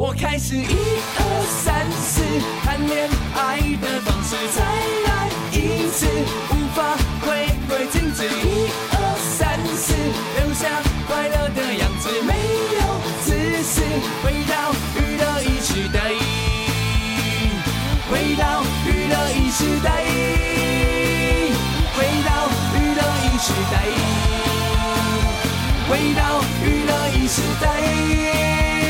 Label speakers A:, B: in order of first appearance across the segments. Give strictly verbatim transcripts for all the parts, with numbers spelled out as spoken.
A: 我开始一二三四，谈恋爱的方式，再来一次，无法回归停止。一二三四，留下快乐的样子，没有自私，回到娱乐一时代，回到娱乐一时代，回到娱乐一时代，回到娱乐一时代。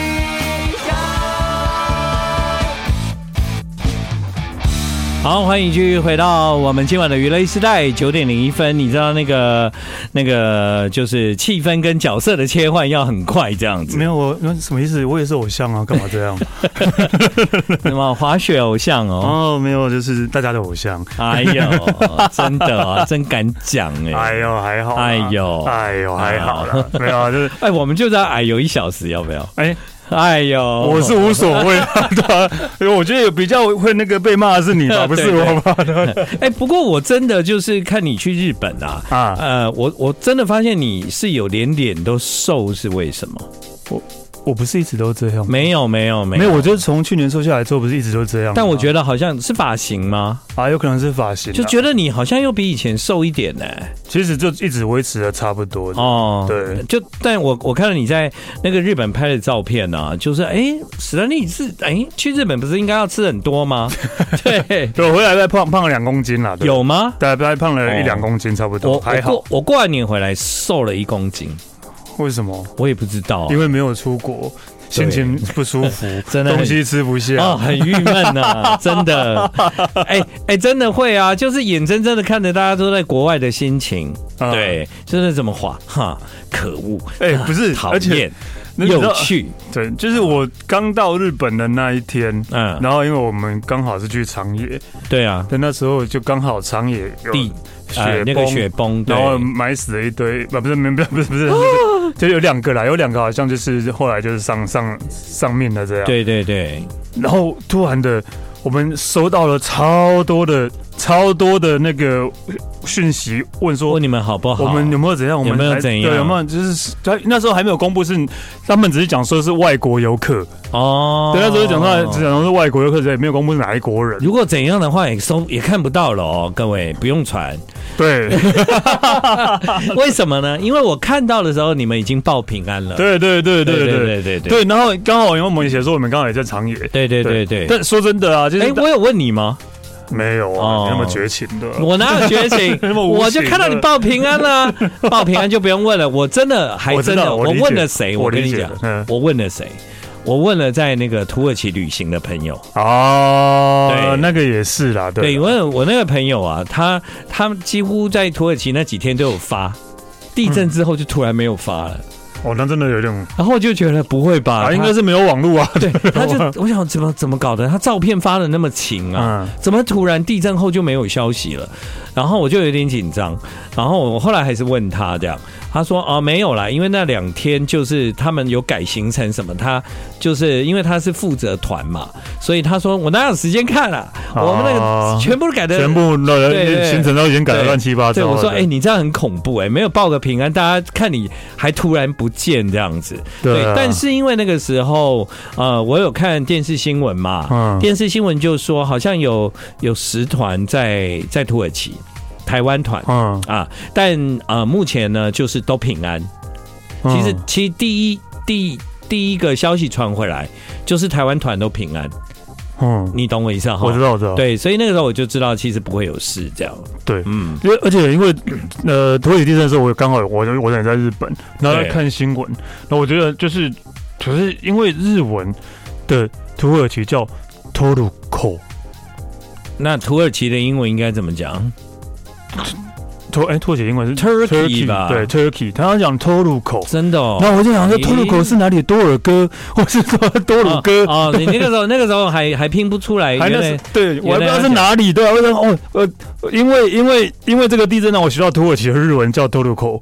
B: 好，欢迎继续回到我们今晚的娱乐时代九点零一分。你知道那个那个就是气氛跟角色的切换要很快，这样子。
C: 没有我什么意思？我也是偶像啊，干嘛这样？
B: 什么滑雪偶像哦？
C: 哦，没有，就是大家的偶像。
B: 哎呦，真的啊，真敢讲哎！
C: 哎呦，还好。
B: 哎呦，
C: 哎呦，还好啦。没有啊，就是
B: 哎，我们就在哎呦一小时，要不要？
C: 哎。
B: 哎呦，
C: 我是无所谓啊，对啊，我觉得有比较会那个被骂的是你吧，不是我吧？
B: 哎，不过我真的就是看你去日本啊，啊，呃，我我真的发现你是有连脸都瘦，是为什么？
C: 我。我不是一直都这样，
B: 没有没有没有，
C: 没有，我就从去年瘦下来之后，不是一直都这样。
B: 但我觉得好像是发型吗？
C: 啊，有可能是发型，
B: 就觉得你好像又比以前瘦一点呢、欸。
C: 其实就一直维持的差不多哦。对，
B: 就但我我看到你在那个日本拍的照片啊，就是哎，史丹利是哎去日本不是应该要吃很多吗？对，
C: 对，我回来再胖胖了两公斤啦。
B: 有吗？
C: 大概胖了一两公斤差不多，还好。
B: 我过完年回来瘦了一公斤，
C: 为什么？
B: 我也不知道、啊，
C: 因为没有出国。心情不舒服，
B: 真的
C: 东西吃不下
B: 哦，很郁闷呐，真的。哎哎、欸欸，真的会啊，就是眼睁睁的看着大家都在国外的心情，啊、对，真的怎么滑哈？可恶！
C: 哎、欸，不是，
B: 讨厌。有趣，
C: 对，就是我刚到日本的那一天，嗯，然后因为我们刚好是去长野，
B: 对啊，
C: 但那时候就刚好长野有
B: 地雪崩、呃，那个雪崩，
C: 然后埋死了一堆，不不是不是不是不是，就有两个啦，有两个好像就是后来就是上上上面的这样，
B: 对对对，
C: 然后突然的，我们收到了超多的超多的那个讯息，问说
B: 问你们好不好？
C: 我们有没有怎样？我们
B: 有没有怎样？
C: 对，有没有就是那时候还没有公布是，他们只是讲说是外国游客哦。对，那时候讲到只讲说是外国游客，也没有公布是哪一国人。
B: 如果怎样的话，也搜也看不到了哦，各位不用传。
C: 对，
B: 为什么呢？因为我看到的时候，你们已经报平安了。
C: 对对对对对对对
B: 对,
C: 对。然后刚好因为我们写说我们刚好也在长野。
B: 对对对对。
C: 但说真的啊，就是
B: 哎，我有问你吗？
C: 没有啊，哦、那么绝情的，
B: 我哪有绝情？我就看到你报平安了，报平安就不用问了。我真的还真的， 我, 我问了谁？我跟你讲，嗯、我问了谁？我问了在那个土耳其旅行的朋友。
C: 哦，对，那个也是啦。对，
B: 对，因为我那个朋友啊，他他几乎在土耳其那几天都有发，地震之后就突然没有发了。
C: 哦，那真的有点，
B: 然后我就觉得不会吧，
C: 啊、应该是没有网络啊。
B: 对，他就我想怎么怎么搞的？他照片发的那么勤啊，嗯、怎么突然地震后就没有消息了？然后我就有点紧张，然后我后来还是问他这样，他说哦没有啦，因为那两天就是他们有改行程什么，他就是因为他是负责团嘛，所以他说我哪有时间看啊？哦、我们那个全部都改的，
C: 全部的行程都已经改得乱七八糟。
B: 对，我说哎、欸，你这样很恐怖哎、欸，没有报个平安，大家看你还突然不见这样子。对，对，但是因为那个时候呃，我有看电视新闻嘛，嗯、电视新闻就说好像有有十团在在土耳其。台湾团，嗯啊，但呃，目前呢就是都平安。其实，其实第一第第一个消息传回来，就是台湾团都平安。嗯，你懂我意思哈？
C: 我知道，我知道。
B: 对，所以那个时候我就知道，其实不会有事这样。
C: 对，嗯，因为而且因为呃土耳其地震的时候，我刚好我我也在日本，然后在看新闻，那我觉得就是可是因为日文的土耳其叫 Toruko，
B: 那土耳其的英文应该怎么讲？
C: 土哎，土耳其英文是
B: Turkey 吧？
C: 对 ，Turkey， 他要讲托鲁口，
B: 真的哦。
C: 那我就想说，托鲁口是哪里？多尔哥，或是说多鲁哥？
B: 哦，你那个时候那个时候还还拼不出来，
C: 还那对，我还不知道是哪里。对啊，我说哦，呃，因为因为因为这个地震让我学到土耳其的日文叫托鲁口。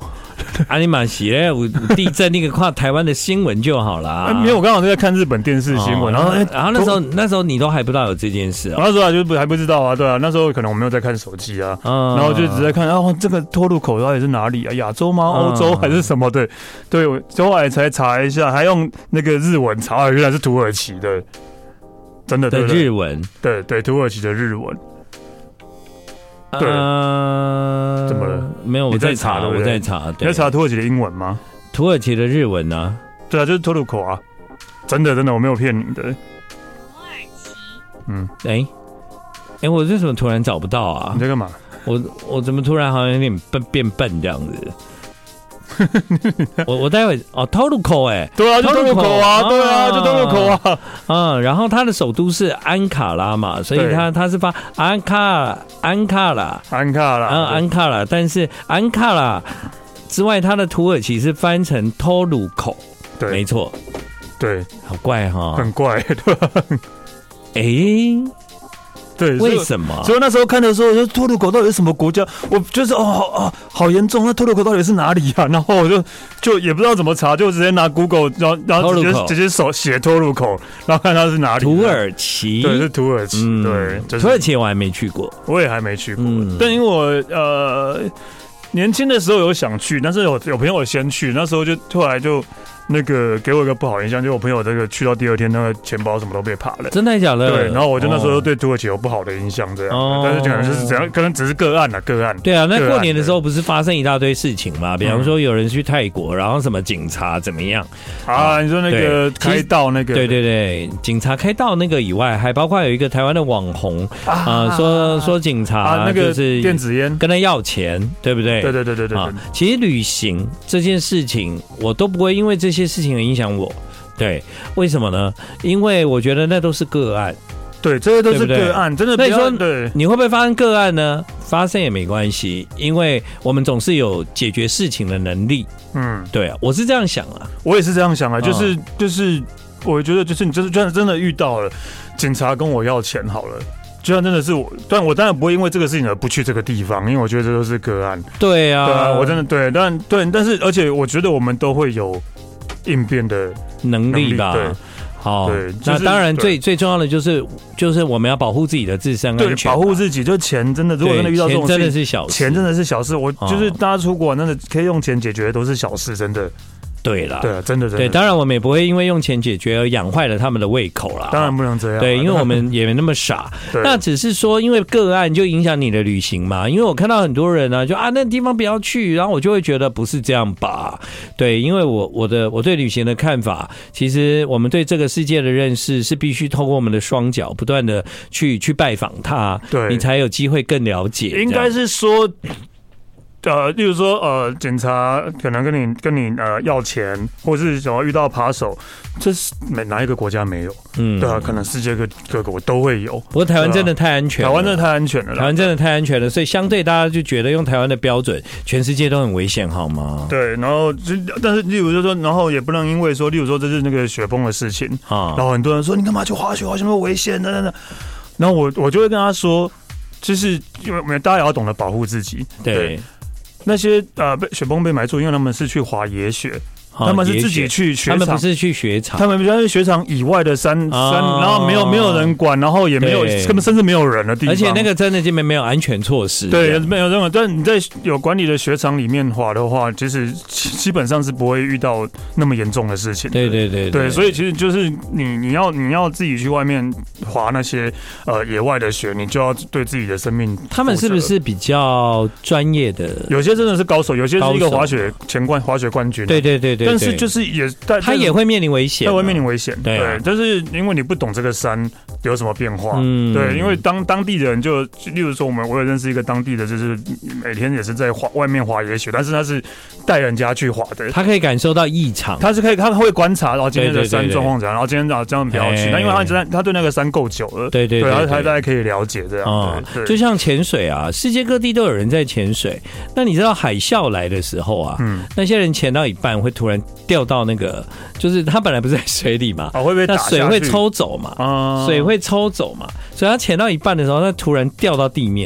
B: 阿尼玛喜嘞，有地震那个跨台湾的新闻就好啦。
C: 没有，我刚好在看日本电视新闻，然后
B: 然后那时候那时候你都还不知道有这件事啊，
C: 那时候就不还不知道啊，对啊，那时候可能我没有在看手机啊，然后就只在看啊，这个脱路口到底是哪里啊？亚洲吗？欧洲还是什么的？对，我后来才查一下，还用那个日文查，原来是土耳其的，真的对
B: 的日文，
C: 对对，土耳其的日文。对，
B: 呃，
C: 怎么了？
B: 没有，我在查，
C: 对对
B: 我在查。
C: 你在查土耳其的英文吗？
B: 土耳其的日文呢、啊？
C: 对啊，就是托鲁口啊，真的真的，我没有骗你的。土耳
B: 其。嗯，哎、欸，哎、欸，我为什么突然找不到啊？
C: 你在干嘛？
B: 我我怎么突然好像有点笨变笨这样子？我我待会哦，托鲁口哎，
C: 对啊，就托鲁口啊，对啊，就托鲁口啊，
B: 嗯，然后它的首都是安卡拉嘛，所以它它是发安卡安卡拉
C: 安卡拉，
B: 嗯，安卡拉，但是安卡拉之外，它的土耳其是翻成托鲁口，
C: 对，
B: 没错，
C: 对，
B: 好怪哈，
C: 很怪，对吧？
B: 哎。
C: 对，
B: 为什么？
C: 所以那时候看的时候，就托鲁口到底是什么国家？我就是哦哦，好严重！那托鲁口到底是哪里啊？然后我就就也不知道怎么查，就直接拿 Google， 然后然后直接直接手写托鲁口，然后看它是哪里。
B: 土耳其，
C: 对，是土耳其。嗯、对、就是，
B: 土耳其我还没去过，
C: 我也还没去过。嗯、但因为我呃年轻的时候有想去，但是有有朋友先去，那时候就后来就。那个给我一个不好印象，就我朋友这个去到第二天，那个钱包什么都被扒了，
B: 真的假的？
C: 对，然后我就那时候对土耳其有不好的印象，这样。哦、但是可能就是怎样，可能只是个案啊，个案。
B: 对啊，那过年的时候不是发生一大堆事情嘛？比方说有人去泰国，然后什么警察怎么样
C: 啊？你说那个开道那个？
B: 对对对，警察开道那个以外，还包括有一个台湾的网红啊、呃，说说警察、啊、
C: 那个
B: 就是
C: 电子烟
B: 跟他要钱，对不对？
C: 对对对对对。啊，
B: 其实旅行这件事情，我都不会因为这些事情而影响我，对，为什么呢？因为我觉得那都是个案，
C: 对，这些都是个案，真的。
B: 那你说，
C: 对，
B: 你会不会发生个案呢？发生也没关系，因为我们总是有解决事情的能力。嗯，对啊，我是这样想啊，
C: 我也是这样想啊，就是、嗯、就是，我觉得就是你就是真的真的遇到了警察跟我要钱好了。就算真的是我，但我当然不会因为这个事情而不去这个地方，因为我觉得这都是个案。
B: 对啊，
C: 对啊，我真的对，但对，但是而且我觉得我们都会有应变的
B: 能力吧。对，好，对，就是、那当然最最重要的就是就是我们要保护自己的自身安全，
C: 保护自己。就钱真的，如果真的遇到这种事，
B: 钱真的是小事，
C: 钱真的是小事。我就是大家出国真的可以用钱解决，都是小事，真的。
B: 对啦，
C: 对啊，真的，真的
B: 对，当然我们也不会因为用钱解决而养坏了他们的胃口啦。
C: 当然不能这样，
B: 对，因为我们也没那么傻。那只是说，因为个案就影响你的旅行嘛。因为我看到很多人呢、啊，就啊那地方不要去，然后我就会觉得不是这样吧。对，因为我我的我对旅行的看法，其实我们对这个世界的认识是必须透过我们的双脚不断的去去拜访它，对，你才有机会更了解。
C: 应该是说。呃，例如说，呃，警察可能跟你跟你呃要钱，或是什么遇到扒手，这是每哪一个国家没有？嗯，对啊，可能世界各各国都会有。
B: 不过台湾真的太安全了，
C: 台湾真的太安全了，
B: 台湾真的太安全了，所以相对大家就觉得用台湾的标准，全世界都很危险，好吗？
C: 对，然后就但是例如就说，然后也不能因为说，例如说这是那个雪崩的事情啊，然后很多人说你干嘛去滑雪，滑雪那么危险的，等等。然后我我就会跟他说，就是因为大家也要懂得保护自己，
B: 对。
C: 对那些呃被雪崩被埋住，因为他们是去滑野雪，他们是自己去雪场，
B: 他们不是去雪场，
C: 他们比较是雪场以外的山、哦、山，然后没有没有人管，然后也没有根本甚至没有人的地方，
B: 而且那个真的这边没有安全措施，
C: 对，没有任何。但你在有管理的雪场里面滑的话，其实基本上是不会遇到那么严重的事情的。
B: 对对 对, 对,
C: 对，所以其实就是你你要你要自己去外面滑那些呃野外的雪，你就要对自己的生命。
B: 他们是不是比较专业的？
C: 有些真的是高手，有些是一个滑雪前冠滑雪冠军、啊。
B: 对对对 对, 对。
C: 但是就是也，
B: 他也会面临危险，
C: 他会面临危险。
B: 对、啊，
C: 对，就是因为你不懂这个山有什么变化。嗯，对，因为当当地的人就，例如说我们，我也认识一个当地的，就是每天也是在滑外面滑野雪，但是他是带人家去滑的，
B: 他可以感受到异常，
C: 他是可以，他会观察，然后今天的山状况怎样，然后今天啊这样不要去，那因为他真他对那个山够久了，
B: 对对 对,
C: 对，他大概可以了解这样。
B: 哦、对，就像潜水啊，世界各地都有人在潜水。那你知道海啸来的时候啊，嗯，那些人潜到一半会突然掉到那个，就是他本来不是在水里嘛，
C: 哦、会被打下去，
B: 那水会抽走嘛，哦、水会抽走嘛，所以他潜到一半的时候，他突然掉到地面。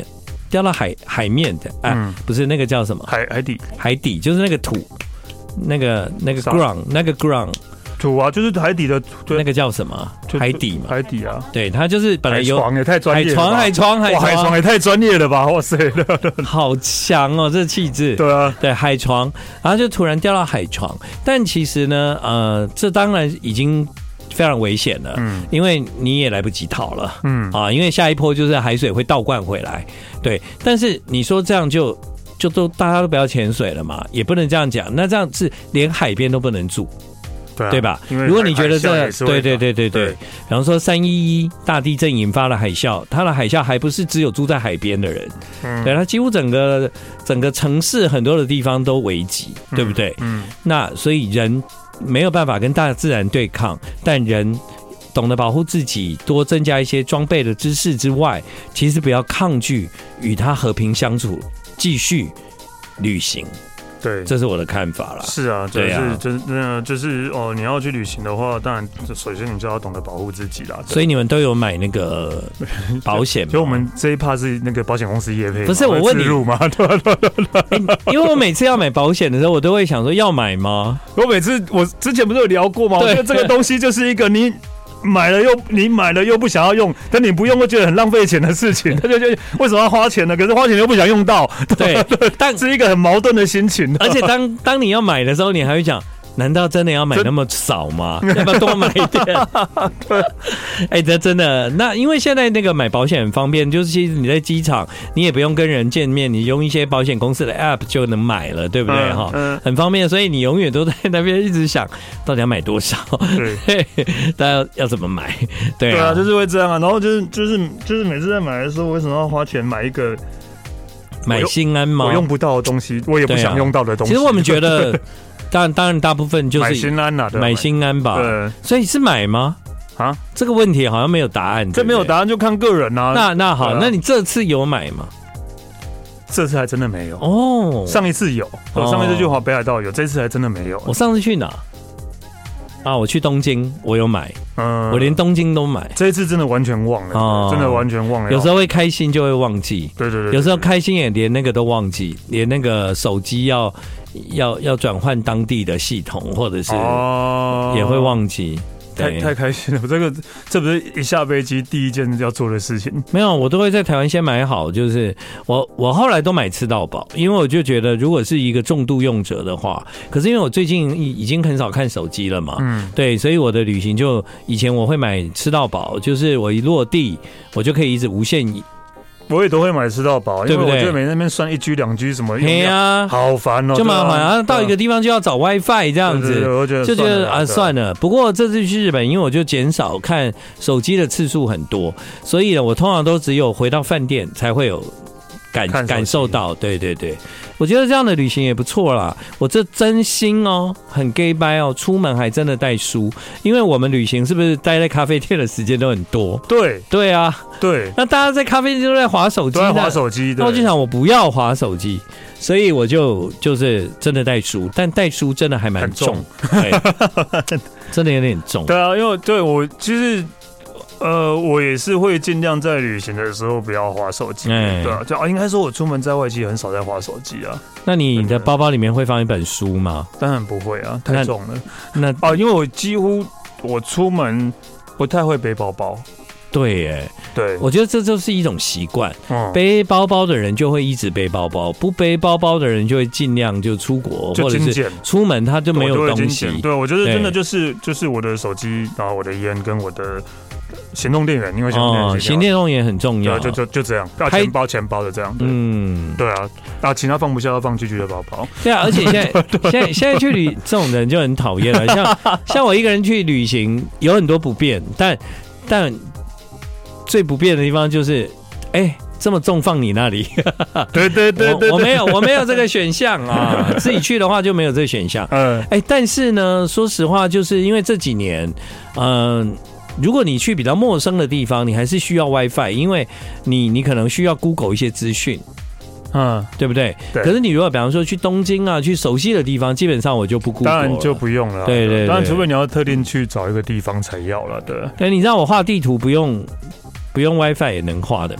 B: 掉到海海面的，啊，嗯、不是那个叫什么
C: 海海底，
B: 海底就是那个土，那个那个 ground 那个 ground。
C: 土啊，就是海底的，
B: 那个叫什么？海底嘛，
C: 海底啊，
B: 对，它就是本来有
C: 海床也太专业了，
B: 海床海床
C: 海床也太专业了吧！哇塞，
B: 好强哦，这气质。
C: 对啊，
B: 对海床，然后就突然掉到海床，但其实呢，呃，这当然已经非常危险了，嗯，因为你也来不及逃了，嗯啊，因为下一波就是海水会倒灌回来，对。但是你说这样就就都大家都不要潜水了嘛，也不能这样讲，那这样是连海边都不能住。对, 啊、对吧？如果你觉得这，对对对对对，比方说三一一大地震引发了海啸，它的海啸还不是只有住在海边的人，嗯，对，它几乎整个整个城市很多的地方都危急，对不对？嗯，那所以人没有办法跟大自然对抗，但人懂得保护自己，多增加一些装备的知识之外，其实不要抗拒与它和平相处，继续旅行。
C: 对，
B: 这是我的看法啦。
C: 是啊，就是真那就是哦，你要去旅行的话，当然首先你就要懂得保护自己啦。
B: 所以你们都有买那个保险？
C: 就我们这一趴是那个保险公司业配，
B: 不是我问你
C: 吗？对对对
B: 欸，因为我每次要买保险的时候，我都会想说要买吗？
C: 我每次我之前不是有聊过吗？我觉得这个东西就是一个你。买了又你买了又不想要用，但你不用会觉得很浪费钱的事情，他就觉得为什么要花钱呢？可是花钱又不想用到，
B: 对，
C: 但是一个很矛盾的心情。
B: 而且当当你要买的时候，你还会讲。难道真的要买那么少吗？要不要多买一点？对，哎，这真的。那因为现在那个买保险很方便，就是其实你在机场，你也不用跟人见面，你用一些保险公司的 app 就能买了，对不对？哈、嗯嗯，很方便。所以你永远都在那边一直想，到底要买多少？对，大家 要, 要怎么买？对啊，
C: 对啊，就是会这样啊。然后就是就是就是每次在买的时候，为什么要花钱买一个
B: 买心安吗？
C: 我用不到的东西，我也不想用到的东西。
B: 其实我们觉得。当然，当然，大部分就是
C: 买心安啦，
B: 买心安吧。对，所以是买吗？啊，这个问题好像没有答案。
C: 这没有答案就看个人啊。
B: 那那好，那你这次有买吗？
C: 这次还真的没有哦。上一次有，我上一次去滑北海道有，这次还真的没有。
B: 我上次去哪？啊，我去东京，我有买。嗯，我连东京都买。
C: 这一次真的完全忘了，哦、真的完全忘了。
B: 有时候会开心就会忘记。
C: 对对 对, 对。
B: 有时候开心也连那个都忘记，连那个手机要。要要转换当地的系统，或者是也会忘记，
C: 哦、太太开心了！这个这不是一下飞机第一件要做的事情。
B: 没有，我都会在台湾先买好。就是我我后来都买吃到饱，因为我就觉得如果是一个重度用者的话，可是因为我最近已经很少看手机了嘛，嗯，对，所以我的旅行就以前我会买吃到饱，就是我一落地我就可以一直无限。
C: 我也都会买吃到饱，因为我觉得每那边算一 G 两 G 什么，
B: 对啊，
C: 好烦哦，
B: 就麻烦啊！到一个地方就要找 WiFi 这样子，
C: 对对对我觉得
B: 就觉得啊算了。不过这次去日本，因为我就减少看手机的次数很多，所以呢，我通常都只有回到饭店才会有感感受到。对对对，我觉得这样的旅行也不错啦。我这真心哦，很 gay 掰哦，出门还真的带书，因为我们旅行是不是待在咖啡店的时间都很多？
C: 对对
B: 啊。
C: 对，
B: 那大家在咖啡店都在滑手机，
C: 都在滑手机。
B: 那我就想，我不要滑手机，所以我就就是真的带书，但带书真的还蛮重，重真的有点重。
C: 对啊，因为对我其实呃，我也是会尽量在旅行的时候不要滑手机。欸、对啊，就啊，应该说我出门在外其实很少在滑手机啊。
B: 那你的包包里面会放一本书吗？
C: 当然不会啊，太重了。那哦、啊，因为我几乎我出门不太会背包包。
B: 对耶，
C: 对，
B: 我觉得这就是一种习惯。嗯、背包包的人就会一直背包包，不背包包的人就会尽量就出国或者是出门他就没有东西。
C: 对，我觉得真的就是就是我的手机，然后我的烟跟我的行动电源，因为行动电源、哦、
B: 行动电源很重要，
C: 就就就这样，要钱包钱包的这样。嗯，对啊，啊，其他放不下要放寄居的包包。
B: 对啊，而且现在现在现在去旅这种人就很讨厌了，像像我一个人去旅行有很多不便，但但。最不便的地方就是，哎、欸，这么重放你那里？
C: 对对对 对, 对，
B: 我, 我没有，我没有这个选项啊。自己去的话就没有这个选项。嗯，哎、欸，但是呢，说实话，就是因为这几年，嗯、呃，如果你去比较陌生的地方，你还是需要 WiFi， 因为你你可能需要 Google 一些资讯。嗯，对不对？对。可是你如果比方说去东京啊，去熟悉的地方，基本上我就不 Google 了，
C: 当然就不用了。
B: 对 对, 对，
C: 当然除非你要特定去找一个地方才要了，对。
B: 对，你知道我画地图不用不用 WiFi 也能画的吗？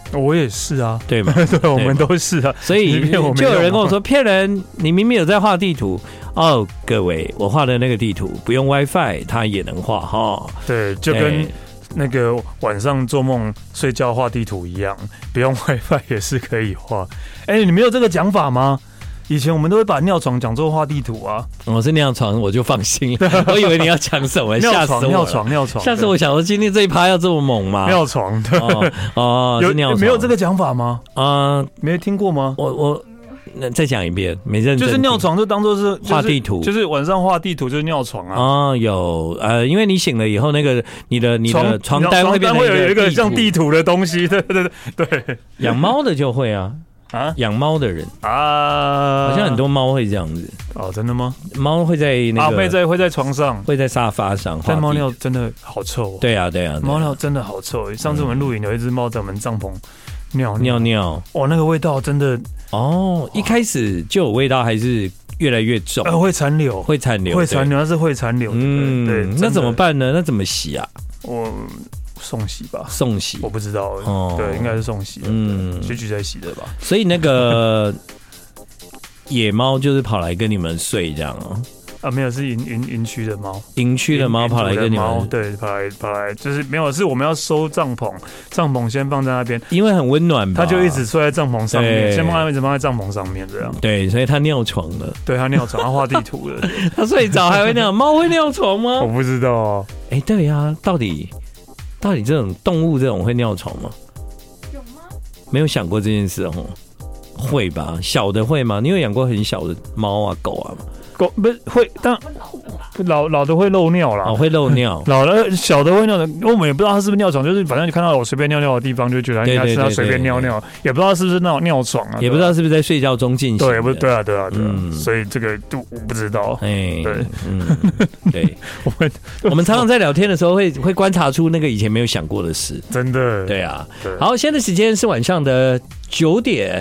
C: 我也是啊，
B: 对吗？
C: 对，我们都是啊。
B: 所以就有人跟我说骗人，你明明有在画地图哦。各位，我画的那个地图不用 WiFi， 它也能画哈。
C: 对，就跟那个晚上做梦睡觉画地图一样，不用 WiFi 也是可以画。哎、欸，你没有这个讲法吗？以前我们都会把尿床讲作画地图啊。
B: 我是尿床，我就放心了。我以为你要讲什么，吓死我了！
C: 尿床，尿床，
B: 吓死我！想说今天这一趴要这么猛吗？
C: 尿床，对，
B: 哦，哦是尿床，
C: 没有这个讲法吗？
B: 啊、呃，
C: 没听过吗？
B: 我我那再讲一遍，没认真。
C: 就是尿床就当做是
B: 画地图，就
C: 是晚上画地图就是尿床啊。
B: 哦，有呃，因为你醒了以后，那个你的你的床单会变成
C: 有一个像地图的东西，对对对对。
B: 养猫的就会啊。啊，养猫的人啊，好像很多猫会这样子
C: 哦，真的吗？
B: 猫会在那个、啊、
C: 会在会在床上，
B: 会在沙发上。
C: 但猫尿真的好臭、哦。
B: 对啊，对啊，
C: 猫尿真的好臭。上次我们露营有一只猫在我们帐篷尿
B: 尿尿，
C: 哦，那个味道真的
B: 哦，一开始就有味道，还是越来越重？
C: 呃，会残留，
B: 会残留，
C: 会残留，那是会残留。嗯，对，
B: 那怎么办呢？那怎么洗啊？
C: 我。送洗吧，
B: 送洗，
C: 我不知道，哦、对，应该是送洗，嗯，徐徐在洗的吧。
B: 所以那个野猫就是跑来跟你们睡这样哦。
C: 啊，没有，是营营营区的猫，
B: 营区的猫跑来跟你们，
C: 对，跑来跑来，就是没有，是我们要收帐篷，帐篷先放在那边，
B: 因为很温暖吧，
C: 它就一直睡在帐篷上面，先放在一直放在帐篷上面这样。
B: 对，所以它尿床了，
C: 对，它尿床，它画地图了，
B: 它睡着还会尿，猫会尿床吗？
C: 我不知道哦。
B: 哎、欸，对呀、啊，到底。到底这种动物这种会尿床吗？
D: 有吗？
B: 没有想过这件事哦，会吧？小的会吗？你有养过很小的猫啊、狗啊吗？
C: 狗不是会，但老老的会漏尿啦，
B: 哦，会漏尿。
C: 老的小的会尿的，我们也不知道它是不是尿床，就是反正你看到我随便尿尿的地方，就觉得应该是它随便尿尿，也不知道是不是那种尿床啊，
B: 也不知道是不是在睡觉中进行。
C: 对，不是，对啊，对啊，对啊，嗯、所以这个就我不知道。哎、欸，对，
B: 嗯，对，我们我们常常在聊天的时候会会观察出那个以前没有想过的事，
C: 真的。
B: 对啊，对好，现在时间是晚上的九点。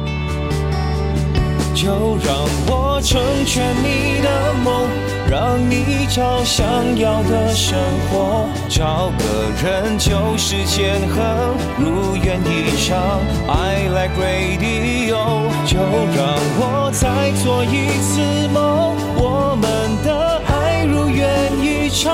A: 就让我成全你的梦，让你找想要的生活，找个人就是千恒，如愿以偿。I like radio， 就让我再做一次梦，我们的爱如愿以偿，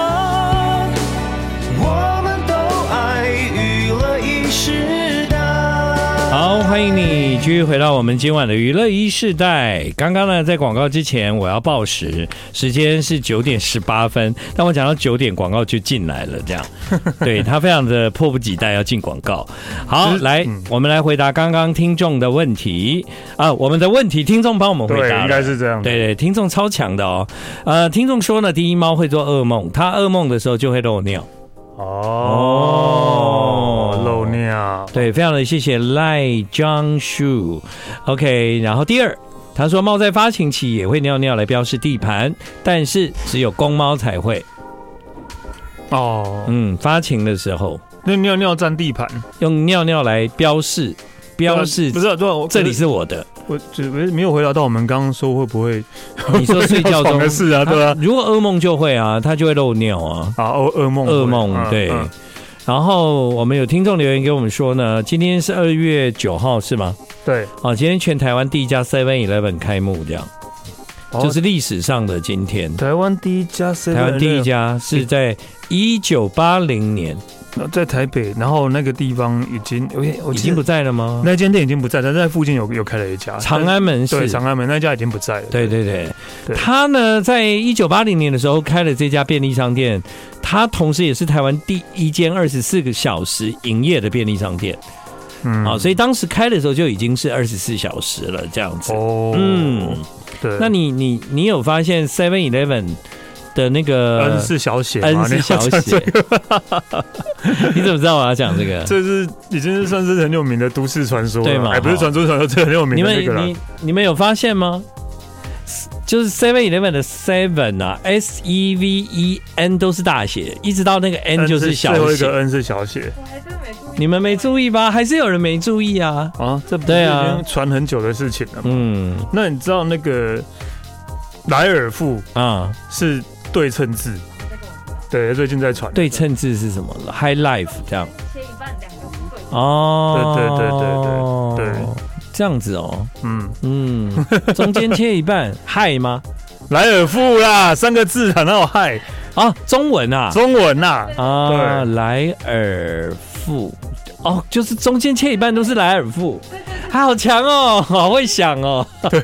A: 我们都爱娱乐一时代。
B: 好，欢迎你继续回到我们今晚的娱乐一世代。刚刚呢，在广告之前我要报时，时间是九点十八分，但我讲到九点，广告就进来了，这样，对他非常的迫不及待要进广告。好，来，嗯、我们来回答刚刚听众的问题啊，我们的问题听众帮我们回答了，
C: 对，应该是这样的，
B: 对对，听众超强的哦。呃，听众说呢，第一猫会做噩梦，他噩梦的时候就会漏尿。
C: 哦，漏尿，
B: 对，非常的谢谢赖 John Shu。OK， 然后第二，他说猫在发情期也会尿尿来标示地盘，但是只有公猫才会。哦，嗯，发情的时候，
C: 那尿尿占地盘，
B: 用尿尿来标示，标示
C: 不是，对，
B: 这里是我的。
C: 我只没有回答到我们刚刚说会不会，
B: 你说睡觉中
C: 的事啊，对啊，
B: 如果噩梦就会啊，他就会漏尿啊，
C: 啊，噩梦，
B: 噩梦，对。嗯嗯、然后我们有听众留言给我们说呢，今天是二月九号是吗？
C: 对，
B: 啊，今天全台湾第一家 seven eleven 开幕，这样，哦、就是历史上的今天。
C: 台湾第一家 seven eleven，
B: 台湾第一家是在一九八零年。
C: 在台北，然后那个地方已经，
B: 我已经不在了吗？
C: 那间店已经不在，但在附近有有开了一家
B: 长安门市，
C: 对，长安门那家已经不在了。
B: 对对 对, 对，他呢，在一九八零年的时候开了这家便利商店，他同时也是台湾第一间二十四个小时营业的便利商店。嗯，好，所以当时开的时候就已经是二十四小时了，这样子。哦，嗯，对。那你你你有发现 seven eleven？的那个
C: N 是小写
B: ，N 是小写，你怎么知道我要讲这个？
C: 这是已经是算是很有名的都市传说了，
B: 对吗？
C: 哎，不是传说传说，这很有名的那个了。
B: 你们你你们有发现吗？就是 seven eleven 的 seven 啊 ，S E V E N 都是大写，一直到那个 N 就是小写，
C: 最后一个 N 是小写。
D: 我还真没注意，
B: 你们没注意吧？还是有人没注意啊？
C: 啊，这不是已经传很久的事情了吗？嗯，那你知道那个莱尔富啊是？对称字，对，最近在传。
B: 对称字是什么 ？High Life 这样。
D: 切一半，两个不对。
C: 哦，对对对对对对，
B: 这样子哦，
C: 嗯
B: 嗯，中间切一半，嗨吗？
C: 莱尔富啦，三个字啊，哪有嗨
B: 啊？中文啊，
C: 中文呐
B: 啊，对，莱尔富。哦，就是中间切一半都是莱尔富，他好强哦，好会想哦。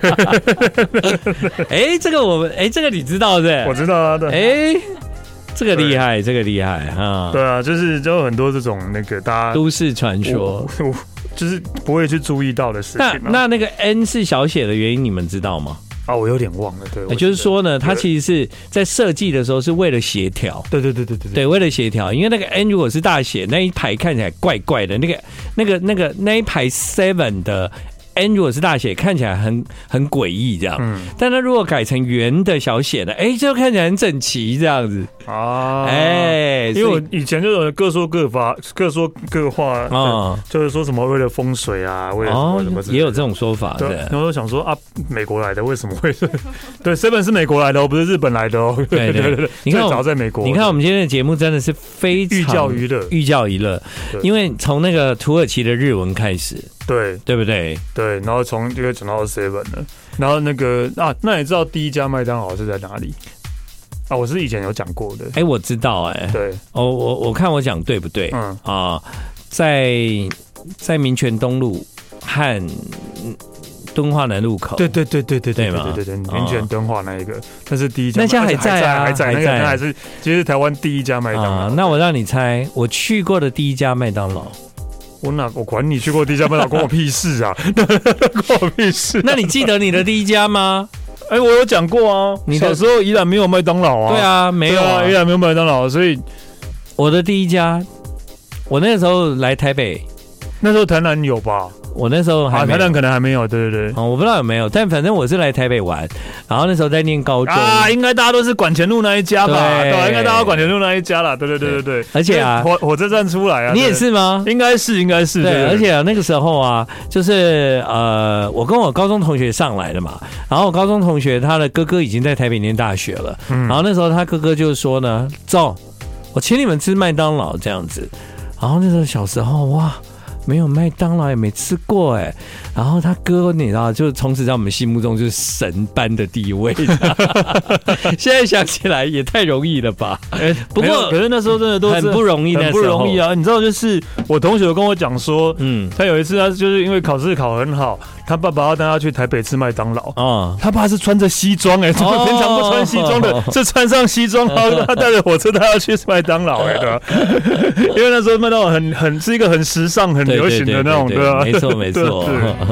B: 哎，这个我们哎，这个你知道对不对？
C: 我知道啊，对。
B: 哎，这个厉害，这个厉害哈。
C: 对啊，就是就有很多这种那个大家
B: 都市传说，
C: 就是不会去注意到的事情、啊。
B: 那那那个 N 是小写的原因，你们知道吗？
C: 啊，我有点忘了，对，
B: 也就是说呢，它其实是在设计的时候是为了协调，
C: 对对对对对
B: 对，为了协调，因为那个 N 如果是大写，那一排看起来怪怪的，那个那个那个那一排 seven 的 N 如果是大写，看起来很很诡异这样，嗯，但它如果改成圆的小写的，哎，就看起来很整齐这样子啊，哎，
C: 因为我以前就有各说各法，各说各话啊，就是说什么为了风水啊，为了什么什么，
B: 也有这种说法，对。
C: 然后我想说啊，美国来的为什么会是？对 ，seven 是美国来的哦，不是日本来的哦。
B: 对对对，
C: 你看，最早在美国。
B: 你看我们今天的节目真的是非常
C: 寓教于乐，
B: 寓教于乐，因为从那个土耳其的日文开始。
C: 对，
B: 对不对？
C: 对，然后从这个讲到 seven 了，然后那个啊，那你知道第一家麦当劳是在哪里？啊，我是以前有讲过的。
B: 哎、欸，我知道、欸，哎，
C: 对，
B: 哦，我我看我讲对不对？嗯啊，在在民权东路和敦化南路口，
C: 对对对对对对
B: 对
C: 对对，民权敦化那一个，那是第一家，
B: 那家还在啊，
C: 还在，那个还是其实台湾第一家麦当劳、啊。
B: 那我让你猜，我去过的第一家麦当劳。
C: 我哪我管你去过第一家麦当劳，关我屁事啊！关我屁事、啊。
B: 那你记得你的第一家吗？
C: 哎、欸，我有讲过啊。你小时候宜兰没有麦当劳啊？
B: 对啊，没有啊，
C: 宜兰没有麦当劳，所以
B: 我的第一家，我那时候来台北，
C: 那时候台南有吧？
B: 我那时候还没有、
C: 啊、台南可能还没有，对对对、
B: 哦，我不知道有没有，但反正我是来台北玩，然后那时候在念高中
C: 啊，应该大家都是管前路那一家吧？对，对应该大家管前路那一家啦，对对对对对。
B: 而且啊，
C: 火火车站出来啊，
B: 你也是吗？
C: 应该是，应该是。
B: 对，
C: 对对对
B: 而且、啊、那个时候啊，就是呃，我跟我高中同学上来的嘛，然后我高中同学他的哥哥已经在台北念大学了，嗯、然后那时候他哥哥就说呢，走，我请你们吃麦当劳这样子，然后那时候小时候哇。没有麦当劳也没吃过哎，然后他哥你知道，就从此在我们心目中就是神般的地位。现在想起来也太容易了吧？哎，不过
C: 可是那时候真的都
B: 很不容易，
C: 很不容易啊！你知道，就是我同学跟我讲说，嗯，他有一次他就是因为考试考很好，他爸爸要带他去台北吃麦当劳啊，他爸是穿着西装哎，怎么平常不穿西装的，是穿上西装，然后他带着火车他要去麦当劳哎的，因为那时候麦当劳很很是一个很时尚很。流行的那种歌，
B: 没错没错。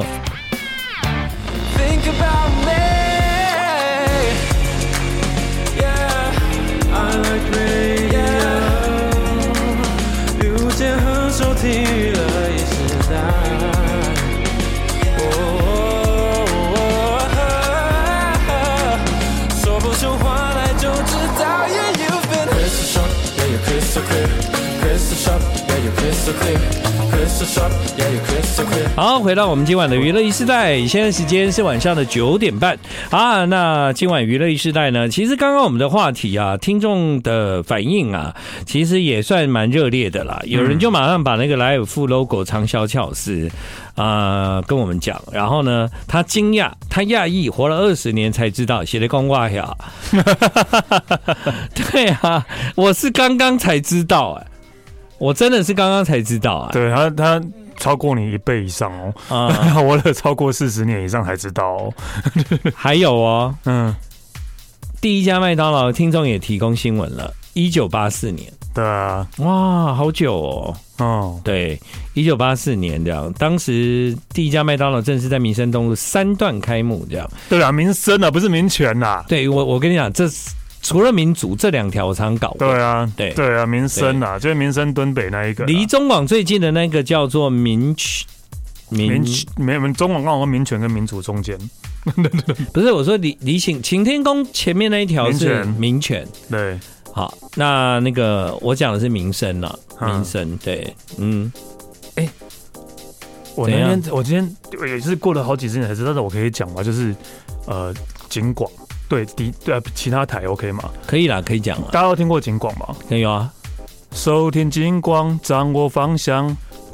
B: 好，回到我们今晚的娱乐一世代，现在时间是晚上的九点半啊。那今晚娱乐一世代呢，其实刚刚我们的话题啊，听众的反应啊，其实也算蛮热烈的啦。有人就马上把那个莱尔富 logo 长销巧思啊、呃、跟我们讲，然后呢，他惊讶，他讶异，活了二十年才知道，写的公话呀。对啊，我是刚刚才知道哎、欸。我真的是刚刚才知道啊！
C: 对他，他超过你一倍以上哦，啊、嗯，活了超过四十年以上才知道哦。
B: 还有哦，嗯，第一家麦当劳听众也提供新闻了，一九八四年。
C: 对啊，
B: 哇，好久哦。
C: 哦，
B: 对，一九八四年这样，当时第一家麦当劳正是在民生东路三段开幕，这样。
C: 对啊，民生啊，不是民权呐。
B: 对我，我跟你讲，这是。除了民主这两条我常搞，
C: 对啊，对对啊，民生啊，就是民生敦北那一个，
B: 离中广最近的那个叫做民
C: 民没有中广刚好民权跟民主中间，
B: 不是我说离离晴晴天宫前面那一条是民权，
C: 对，
B: 好，那那个我讲的是民生了，民生对，嗯，哎、欸，
C: 我那天我今天也是过了好几十年才知道的，我可以讲吗？就是呃，警广。对，第对其他台 OK 吗？
B: 可以啦，可以讲了。
C: 大家都听过警广吗？
B: 可以啊。
C: 收听警广，掌握方向，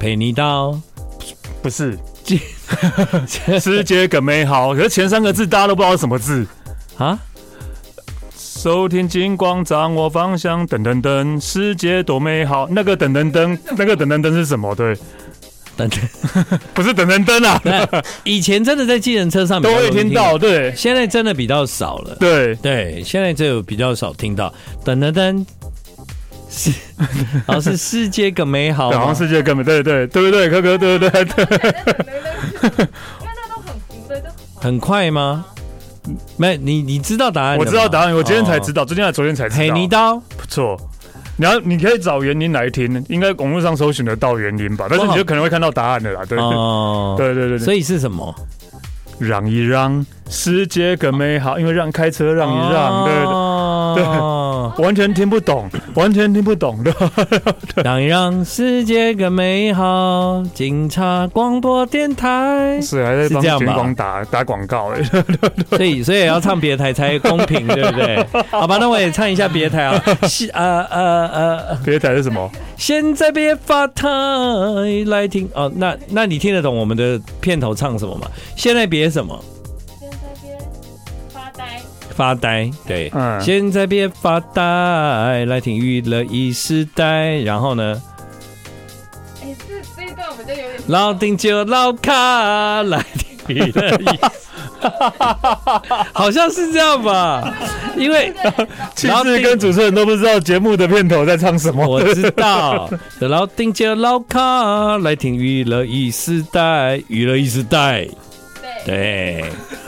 B: 陪你到，
C: 不是世界更美好，可是前三个字大家都不知道是什么字
B: 啊？
C: 收听金光，掌握方向，噔噔噔，世界多美好。那个噔噔噔，那个噔噔噔是什么？对，
B: 等等，
C: 不是等等灯啊！
B: 以前真的在计程车上
C: 都会听到，对，
B: 现在真的比较少了。
C: 对
B: 对，现在就比较少听到等等灯。是，好像是世界更美好，
C: 好像世界更美，对对对不对？哥哥，对对对对。
D: 因为那都很糊的，就
B: 很快吗？没，你你知道答案？
C: 我知道答案，我今天才知道，哦、昨天还昨天才知道。
B: 陪你到，
C: 不错。你要，你可以找原因来听，应该网络上搜寻得到原因吧？但是你就可能会看到答案的啦，对、哦、对对对对。
B: 所以是什么？
C: 让一让，世界更美好，因为让开车让一让，哦、对对对，完全听不懂，完全听不懂的。
B: 让一让，世界更美好，警察广播电台
C: 是还在帮警广打打广告哎，
B: 所以所以也要唱别台才公平，对不对？好吧，那我也唱一下别台啊，呃呃呃，
C: 别台是什么？
B: 现在别发台来听哦，那那你听得懂我们的片头唱什么吗？现在别什么？
D: 现在别发呆。
B: 发呆，对，嗯、现在别发呆，来听娱乐一时代。然后呢？
D: 哎、欸，这这一段我们就有点
B: 老丁就老卡，来听娱乐一时代，好像是这样吧？因为
C: 其实跟主持人都不知道节目的片头在唱什么。
B: 我知道，老丁就老卡，来听娱乐一时代，娱乐一时代。对，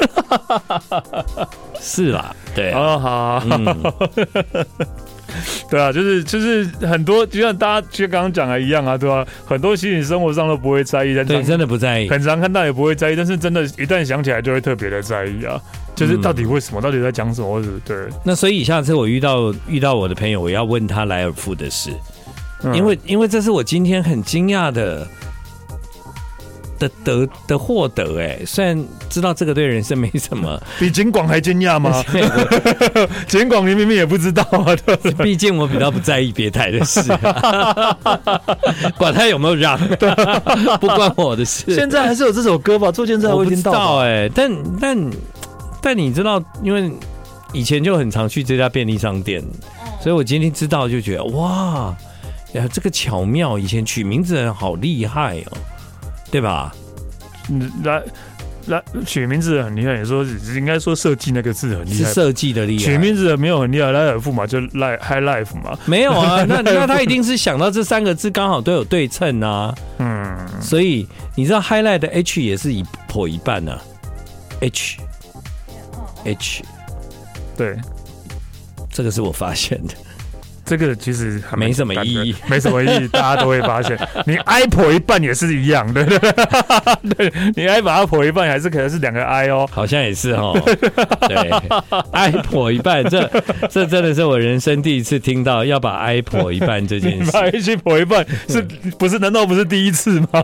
B: 是啦，对啊，
C: 哦好，嗯、对啊，就是就是很多，就像大家就刚刚讲的一样啊，对吧、啊？很多其实你生活上都不会在意，但
B: 对，真的不在意，
C: 很常看到也不会在意，但是真的，一旦想起来就会特别的在意啊。就是到底为什么，嗯、到底在讲什么，或者对。
B: 那所以下次我遇到遇到我的朋友，我要问他莱尔富的事，嗯、因为因为这是我今天很惊讶的。的得的获得哎，虽然知道这个对人生没什么，
C: 比警广还惊讶吗？警广你明明也不知道啊，
B: 毕竟我比较不在意别台的事、啊，管他有没有让，不关我的事。
C: 现在还是有这首歌吧？做健身还会听到
B: 哎、欸，但但但你知道，因为以前就很常去这家便利商店，所以我今天知道就觉得哇，呀这个巧妙，以前取名字的人好厉害哦。对吧？
C: 嗯，来来取名字很厉害，你说应该说设计那个字很厉害，
B: 是设计的厉害。
C: 取名字没有很厉害，莱尔富嘛，就 High Life 嘛，
B: 没有啊。那那他一定是想到这三个字刚好都有对称啊。嗯，所以你知道 Highlight 的 H 也是一破一半呢、啊。H H，
C: 对，
B: 这个是我发现的。
C: 这个其实
B: 没什么意义，
C: 没什么意义，大家都会发现。你挨破一半也是一样的，对，你挨把它破一半，还是可能是两个挨哦，
B: 好像也是哦。对，挨破一半，这这真的是我人生第一次听到要把挨破一半这件事。
C: 把 H 破一半，是不是？难道不是第一次吗？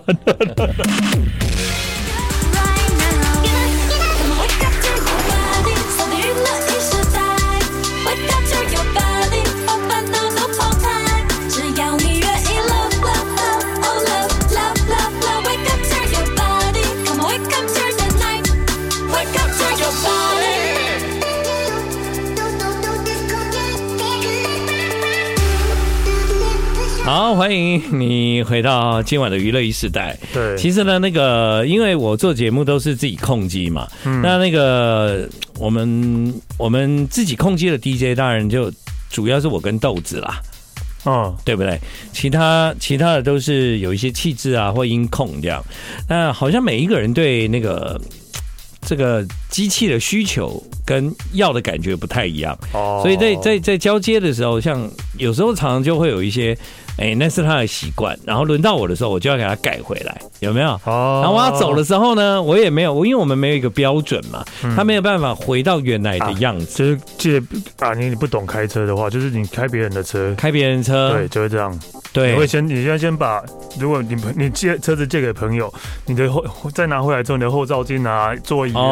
B: 好，欢迎你回到今晚的娱乐一时代。
C: 对，
B: 其实呢，那个因为我做节目都是自己控机嘛，嗯、那那个我们我们自己控机的 D J， 当然就主要是我跟豆子啦，哦，对不对？其他其他的都是有一些气质啊或音控这样。那好像每一个人对那个这个机器的需求跟要的感觉不太一样，哦、所以在在在交接的时候，像有时候常常就会有一些。哎、欸，那是他的习惯，然后轮到我的时候，我就要给他改回来，有没有？哦。然后我要走的时候呢，我也没有，因为我们没有一个标准嘛，嗯、他没有办法回到原来的样子。
C: 啊、就是借啊，你你不懂开车的话，就是你开别人的车，
B: 开别人车，
C: 对，就会这样。
B: 对，
C: 你会先，你先先把，如果你你借车子借给朋友，你的后再拿回来之后，你的后照镜啊、座椅啊，哦，
B: 都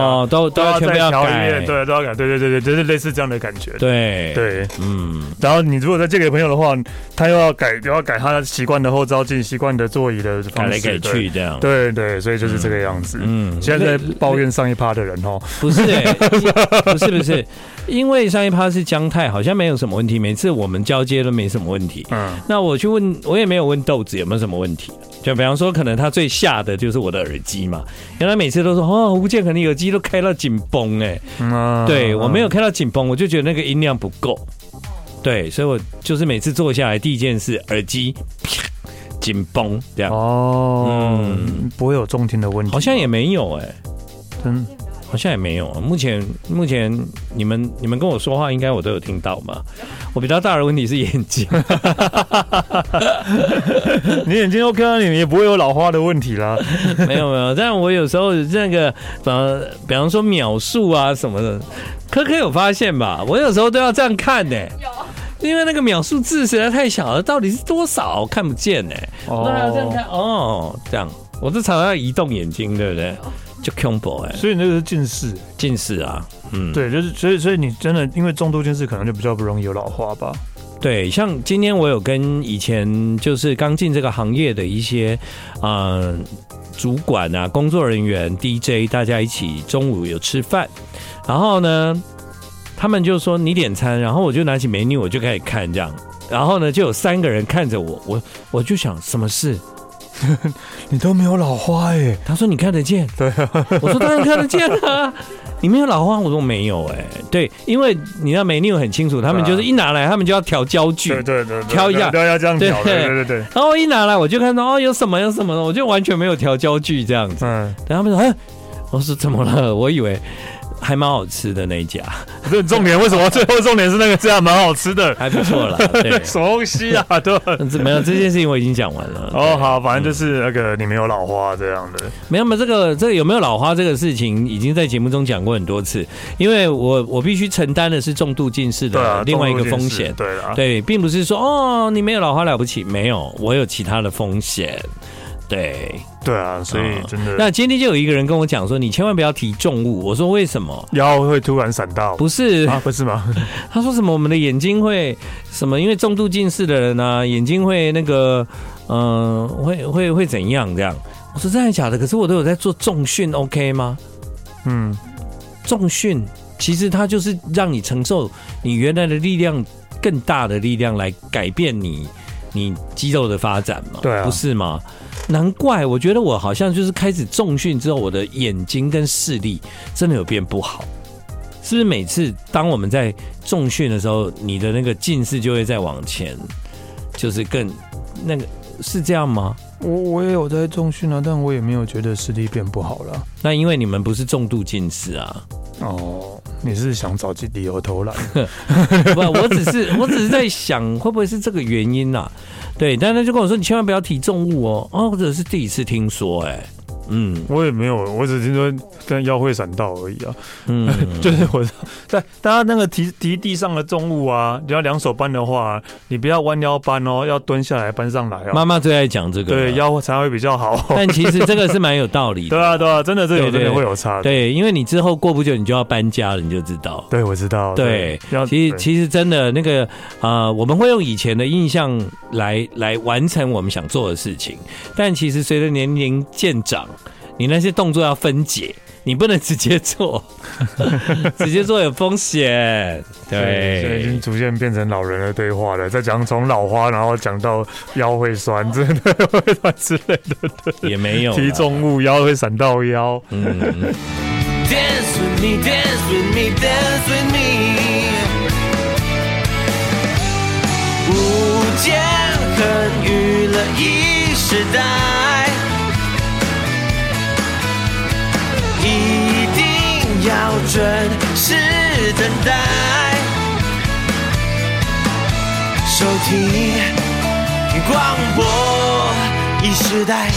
C: 都要全部要改，对，都要改，对对对对，就是类似这样的感觉。
B: 对
C: 对，嗯。然后你如果再借给朋友的话，他又要改，又要改他习惯的后照镜、习惯的座椅的方式，
B: 改来改去这样。
C: 对对，所以就是这个样子。嗯，现在在抱怨上一趴的人哦，
B: 不是哎，不是不是，因为上一趴是姜太，好像没有什么问题，每次我们交接都没什么问题。嗯，那我去问，我也没有问豆子有没有什么问题。就比方说，可能他最下的就是我的耳机嘛，因为他每次都说哦，吴健可能耳机都开到紧绷哎，嗯、对我没有开到紧绷，我就觉得那个音量不够，对，所以我就是每次坐下来第一件事，耳机紧绷这样。
C: 哦，嗯，不会有中听的问题，
B: 好像也没有哎、欸，嗯。好像也没有，目前目前你们你们跟我说话，应该我都有听到嘛。我比较大的问题是眼睛，
C: 你眼睛 OK 啊，你也不会有老花的问题啦。
B: 没有没有，但我有时候那个，呃，比方说秒数啊什么的，科科有发现吧？我有时候都要这样看呢、欸。有。因为那个秒数字实在太小了，到底是多少看不见呢、欸？哦，我都要这样看哦，这样，我这常常要移动眼睛，对不对？就恐怖哎，
C: 所以那个是近视，
B: 近视啊，嗯，
C: 对，就是所以所以你真的因为重度近视，可能就比较不容易有老花吧。
B: 对，像今天我有跟以前就是刚进这个行业的一些呃主管啊、工作人员、D J， 大家一起中午有吃饭，然后呢，他们就说你点餐，然后我就拿起 menu 我就开始看这样，然后呢就有三个人看着我，我我就想什么事。
C: 你都没有老花哎、欸，
B: 他说你看得见，
C: 对啊，
B: 我说当然看得见啊，你没有老花，我说没有哎、欸，对，因为你那 menu 很清楚，他们就是一拿来，他们就要调焦距，
C: 对对对，
B: 调一下，
C: 都要这样调，对对对。
B: 然后一拿来，我就看到哦有什么有什么，我就完全没有调焦距这样子，嗯，然后他们说哎，我说怎么了？我以为。还蛮好吃的那一家，
C: 这重点为什么最后重点是那个家蛮好吃的，
B: 还不错啦。对，
C: 什么东西啊？对，
B: 没有这件事情我已经讲完了。
C: 哦，好，反正就是那个你没有老花这样的。
B: 没有，没有这个这个有没有老花这个事情，已经在节目中讲过很多次。因为我我必须承担的是重度近视的另外一个风险。
C: 对啦，
B: 对，并不是说哦你没有老花了不起，没有，我有其他的风险。对
C: 对啊，所以真的、嗯。
B: 那今天就有一个人跟我讲说，你千万不要提重物。我说为什么？
C: 腰会突然闪到？
B: 不是
C: 啊，不是吗？
B: 他说什么？我们的眼睛会什么？因为重度近视的人啊，眼睛会那个，嗯、呃，会会会怎样？这样？我说真的假的？可是我都有在做重训 ，OK 吗？嗯，重训其实它就是让你承受你原来的力量更大的力量来改变你你肌肉的发展嘛？
C: 对啊，
B: 不是吗？难怪我觉得我好像就是开始重训之后，我的眼睛跟视力真的有变不好。是不是每次当我们在重训的时候，你的那个近视就会再往前，就是更那个是这样吗？
C: 我我也有在重训啊，但我也没有觉得视力变不好了。
B: 那因为你们不是重度近视啊。
C: 哦，你是想找理由偷懒？
B: 不，我只是我只是在想，会不会是这个原因啊？对，但他就跟我说，你千万不要提重物哦，哦，或者是第一次听说、欸，哎。嗯，
C: 我也没有，我只听说跟腰会闪到而已啊。嗯，就是我在大家那个提提地上的重物啊，你要两手搬的话，你不要弯腰搬哦，要蹲下来搬上来哦。
B: 妈妈最爱讲这个，
C: 对，腰才会比较好。
B: 但其实这个是蛮有道理的。
C: 对啊，对啊，真的这有真的会有差的。
B: 对，因为你之后过不久你就要搬家了，你就知道。
C: 对，我知道。
B: 对，对其实其实真的那个啊、呃，我们会用以前的印象来来完成我们想做的事情，但其实随着年龄渐长。你那些动作要分解，你不能直接做，直接做有风险。对，
C: 现在已经逐渐变成老人的对话了。再讲从老花，然后讲到腰会酸，真的会酸之类的，
B: 也没有
C: 提重物，腰会闪到腰。嗯。
A: Dance with me, dance with me, dance with me。无间恨娱乐一时代。一定要准时等待，收听广播一时代。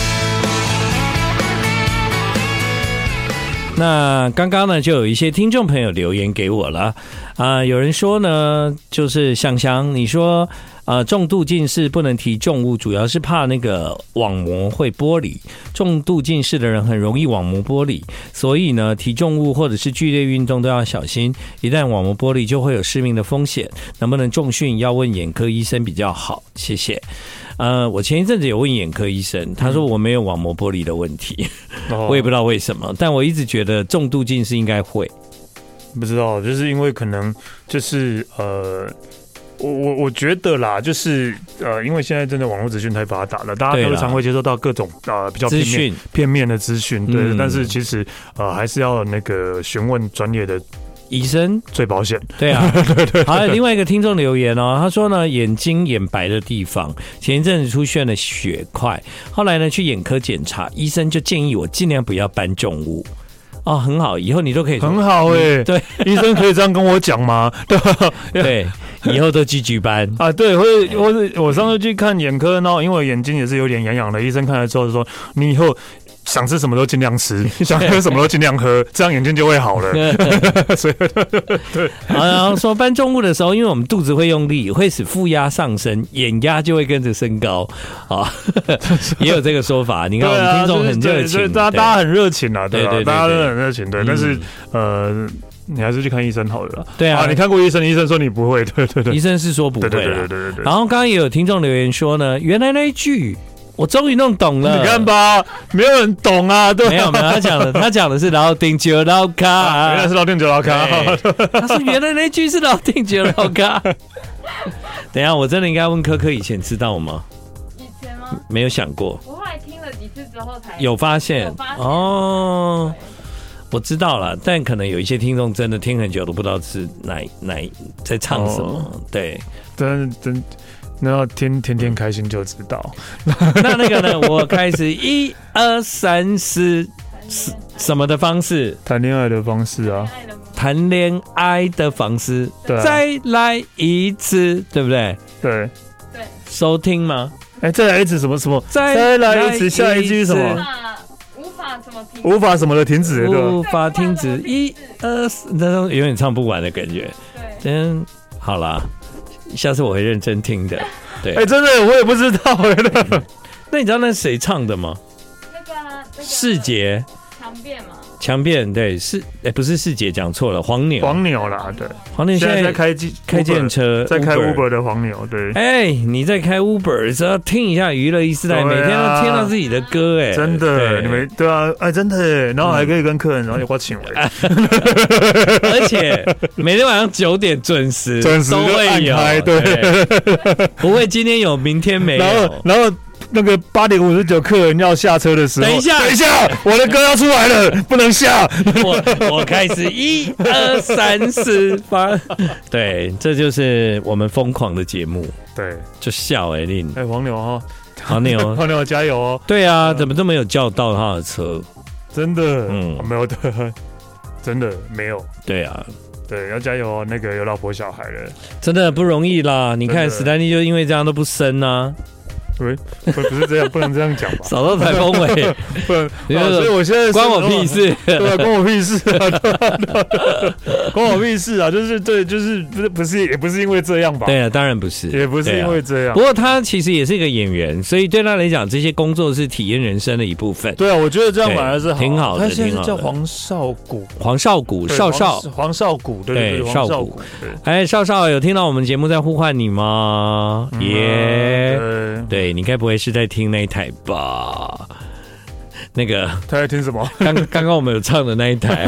B: 那刚刚呢，就有一些听众朋友留言给我了啊、呃，有人说呢，就是香香，你说呃，重度近视不能提重物，主要是怕那个网膜会剥离。重度近视的人很容易网膜剥离，所以呢，提重物或者是剧烈运动都要小心。一旦网膜剥离，就会有失明的风险。能不能重训，要问眼科医生比较好。谢谢。呃，我前一阵子有问眼科医生，他说我没有网膜剥离的问题，嗯、我也不知道为什么，但我一直觉得重度近视应该会。
C: 不知道，就是因为可能就是呃。我我我觉得啦，就是呃，因为现在真的网络资讯太发达了，大家都常会接收到各种呃比较片面片面的资讯，对、嗯。但是其实呃还是要那个询问专业的
B: 医生
C: 最保险。
B: 对啊，对对。还有另外一个听众留言哦，他说呢，眼睛眼白的地方前一阵子出现了血块，后来呢去眼科检查，医生就建议我尽量不要搬重物。哦，很好，以后你都可以
C: 很好哎、欸，
B: 对，
C: 医生可以这样跟我讲吗？对
B: 对，以后都居居班
C: 啊，对，或者或者我上次去看眼科，然后因为我眼睛也是有点痒痒的，医生看了之后就说，你以后想吃什么都尽量吃，想喝什么都尽量喝，这样眼睛就会好了。所以对，
B: 然后说搬重物的时候，因为我们肚子会用力，会使负压上升，眼压就会跟着升高啊，也有这个说法。你看我们听众很热情，
C: 大家大家很热情啊，对吧？大家都很热情，对。
B: 嗯、
C: 但是呃。你还是去看医生好了啦。
B: 对 啊, 啊，
C: 你看过医生，医生说你不会，对对对，
B: 医生是说不会啦。
C: 对对对对对对。
B: 然后刚刚也有听众留言说呢，原来那一句我终于弄懂了。
C: 你看吧，没有人懂啊，对。
B: 没有没有，他讲的他讲的是老定酒老卡、啊，
C: 原来是老定酒老卡。
B: 他说原来那句是老定酒老卡。等一下，我真的应该问柯柯以前知道吗？
D: 以前吗？
B: 没有想过。
D: 我后来听了几次之后才
B: 有发现。
D: 有发现
B: 哦。我知道了，但可能有一些听众真的听很久都不知道是哪哪在唱什么。哦、对，
C: 真真那要天天天开心就知道。
B: 那那个呢？我开始一二三四什么的方式？
C: 谈恋爱的方式啊，
B: 谈恋爱的方式，对、啊，再来一次，对不对？
C: 对
D: 对，
B: 收听吗？
C: 哎、欸，再来一次什么什么？
B: 再
C: 来一次，下一句是什么？无法什么的停止，
B: 无法停止，一二四，那种永远唱不完的感觉。对，真好啦，下次我会认真听的。对，
C: 哎、欸，真的我也不知道哎、欸。
B: 那你知道那是谁唱的吗？
D: 那个、那个、
B: 世杰
D: 强辩嘛。
B: 强辩对是哎、欸、不是世杰讲错了，黄牛
C: 黄牛啦，对，
B: 黄牛现在
C: 在开
B: 开电车，
C: 在开 Uber 的黄牛，对。
B: 哎、欸，你在开 Uber 的时候听一下娱乐一时代，啊、每天都听到自己的歌哎、欸，
C: 真的，你们对啊，哎、欸、真的哎，然后还可以跟客人，然后有花请哎，
B: 而且每天晚上九点准时
C: 准时
B: 都会有，
C: 对，
B: 對不会今天有明天没有，
C: 然后然后。那个八点五十九客人要下车的时候，
B: 等一下，
C: 等一下，我的歌要出来了，不能下。
B: 我我开始一二三四八，对，这就是我们疯狂的节目。
C: 对，
B: 就笑哎、欸，令
C: 哎、欸、黄牛哈，
B: 黄牛
C: 黄牛加油哦。
B: 对啊，怎么都没有叫到他的车？
C: 真的，嗯，没有的，真的没有。
B: 对啊。
C: 对，要加油哦！那个有老婆小孩了，真
B: 的不容易啦。你看史丹利就因为这样都不生啊。
C: 不不不是这样，不能这样讲吧？
B: 少到台风尾，
C: 不能。所以我现在
B: 关我屁事，
C: 对啊，关我屁事啊，关我屁事啊！就是对，就是不是不是也不是因为这样吧？
B: 对啊，当然不是，
C: 也不是因为这样。
B: 不过他其实也是一个演员，所以对他来讲，这些工作是体验人生的一部分。
C: 对啊，我觉得这样反而是
B: 挺好的。
C: 他现在是叫黄少谷，
B: 黄少谷，少少，
C: 黄少谷，对对对，
B: 少谷。哎，少少有听到我们节目在呼唤你吗？耶，对你该不会是在听那一台吧？那个
C: 他在听什么？
B: 刚刚刚我们有唱的那一台，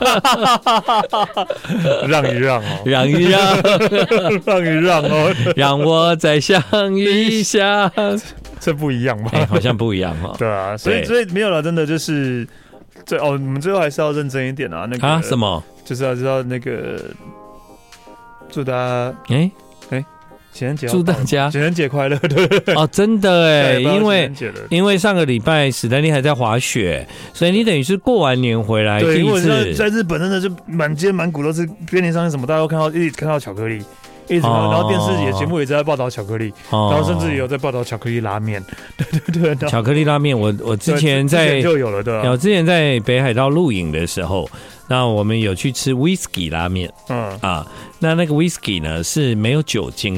C: 让一让哦，
B: 让一让，
C: 让一让哦，
B: 让我再想一下，
C: 这不一样吧？
B: 欸、好像不一样哈、哦。
C: 对啊，所以所以没有了，真的就是最哦，我们最后还是要认真一点啊。那个
B: 啊什么？
C: 就是要知道那个祝大家
B: 哎。欸
C: 情人节
B: 祝大家
C: 情人节快乐！对
B: 哦，真的哎，因为因为上个礼拜史丹利还在滑雪，所以你等于是过完年回来第一次。
C: 对，在日本真的就满街满谷都是便利商店，什么大家都看到，一直看到巧克力，一直看到，哦、然后电视也节目也在报道巧克力，哦、然后甚至也有在报道巧克力拉面。对对对，
B: 巧克力拉面，我我之前在
C: 之前就有了对、啊。
B: 我之前在北海道录影的时候。那我们有去吃 whisky 拉面，嗯啊，那那个 whisky 呢是没有酒精的，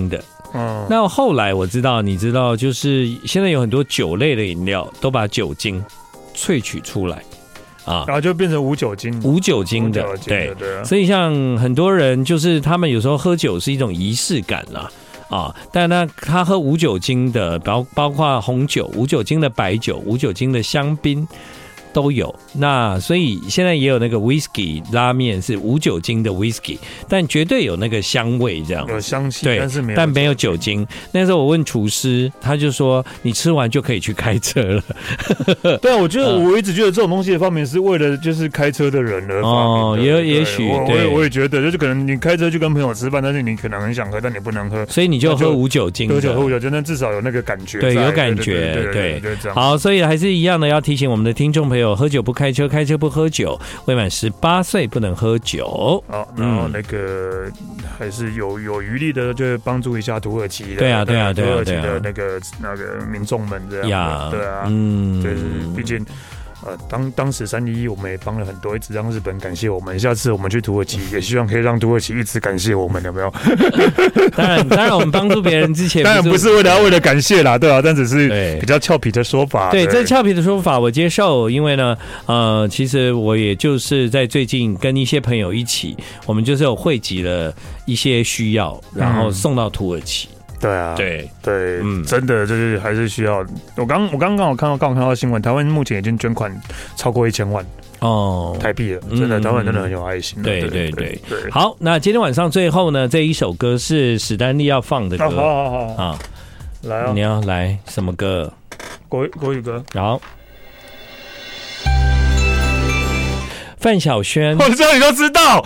B: 嗯，那后来我知道，你知道，就是现在有很多酒类的饮料都把酒精萃取出来。
C: 啊，然后就变成无酒精、
B: 无酒精的，对对、啊。所以像很多人，就是他们有时候喝酒是一种仪式感啦，啊，但那他喝无酒精的，包包括红酒、无酒精的白酒、无酒精的香槟都有。那所以现在也有那个 whisky 拉面是无酒精的 whisky， 但绝对有那个香味，这样
C: 有香气，
B: 对，
C: 但是没有，
B: 但没有酒精。那时候我问厨师，他就说你吃完就可以去开车了。
C: 对啊，我觉得我一直觉得这种东西的发明是为了就是开车的人而发明的。
B: 哦，也也许，
C: 我我也我也觉得，就是可能你开车去跟朋友吃饭，但是你可能很想喝，但你不能喝，
B: 所以你就喝无酒精的，
C: 喝酒喝无酒精，但至少有那个感觉，
B: 对，有感觉，对对对。好，所以还是一样的，要提醒我们的听众朋友，喝酒不开车，开车不喝酒，未满十八岁不能喝酒。
C: 好，然后那个、嗯、还是有有余力的，就帮助一下土耳其的，
B: 对啊对啊对啊，
C: 土耳其的那个那个民众们这样，对啊，嗯，就是毕竟。呃，当当时三一一我们也帮了很多，一直让日本感谢我们。下次我们去土耳其，也希望可以让土耳其一直感谢我们，有没有？
B: 当然，当然，我们帮助别人之前，
C: 当然不是为了为了感谢啦，对啊，但只是比较俏皮的说法。
B: 对，这俏皮的说法我接受，因为呢，呃，其实我也就是在最近跟一些朋友一起，我们就是有汇集了一些需要，然后送到土耳其。嗯
C: 对啊，
B: 对
C: 对，嗯，真的就是还是需要。我刚我刚刚好看到刚好看到新闻，台湾目前已经捐款超过一千万哦台币了，真的，台湾真的很有爱心。
B: 对对对对。好，那今天晚上最后呢，这一首歌是史丹利要放的歌，
C: 好好好啊，来啊，
B: 你要来什么歌？
C: 国国语歌。
B: 好，范晓萱，
C: 我这样你都知道。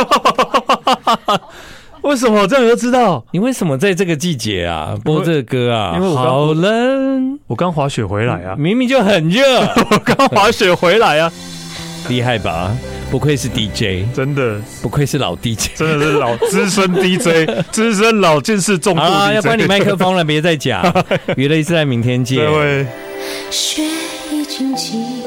C: 为什么这样你都知道？
B: 你为什么在这个季节啊播这个歌啊？
C: 因为我
B: 好冷，
C: 我刚滑雪回来啊，
B: 明明就很热，
C: 我刚滑雪回来啊，
B: 厉害吧？不愧是 D J，
C: 真的
B: 不愧是老 D J，
C: 真的是老资深 D J， 资深老见识重度 D J。
B: 好，要关你麦克风了，别再讲。娱乐一次在明天见。
C: 各位。
E: 雪已经积。